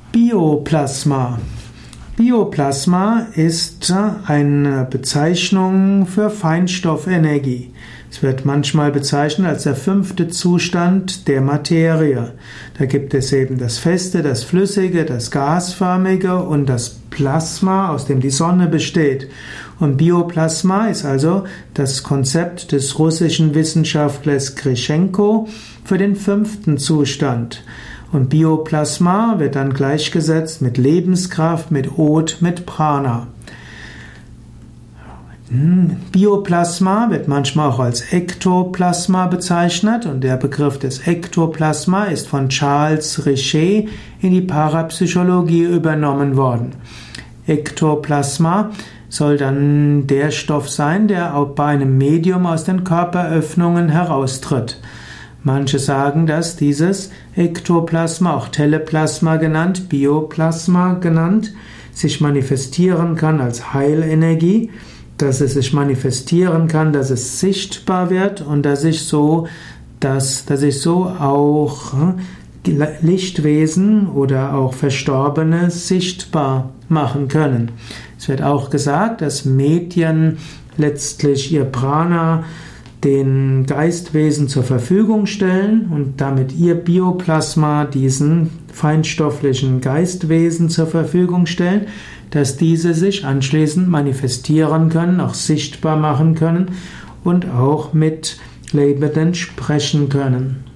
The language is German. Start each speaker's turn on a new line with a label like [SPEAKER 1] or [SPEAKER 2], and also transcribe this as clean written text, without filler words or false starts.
[SPEAKER 1] Bioplasma. Bioplasma ist eine Bezeichnung für Feinstoffenergie. Es wird manchmal bezeichnet als der 5. Zustand der Materie. Da gibt es eben das Feste, das Flüssige, das Gasförmige und das Plasma, aus dem die Sonne besteht. Und Bioplasma ist also das Konzept des russischen Wissenschaftlers Grichenko für den 5. Zustand. Und Bioplasma wird dann gleichgesetzt mit Lebenskraft, mit Od, mit Prana. Bioplasma wird manchmal auch als Ektoplasma bezeichnet und der Begriff des Ektoplasma ist von Charles Richet in die Parapsychologie übernommen worden. Ektoplasma soll dann der Stoff sein, der auch bei einem Medium aus den Körperöffnungen heraustritt. Manche sagen, dass dieses Ektoplasma, auch Teleplasma genannt, Bioplasma genannt, sich manifestieren kann als Heilenergie, dass es sich manifestieren kann, dass es sichtbar wird und dass sich so auch Lichtwesen oder auch Verstorbene sichtbar machen können. Es wird auch gesagt, dass Medien letztlich ihr Prana den Geistwesen zur Verfügung stellen und damit ihr Bioplasma diesen feinstofflichen Geistwesen zur Verfügung stellen, dass diese sich anschließend manifestieren können, auch sichtbar machen können und auch mit Lebenden sprechen können.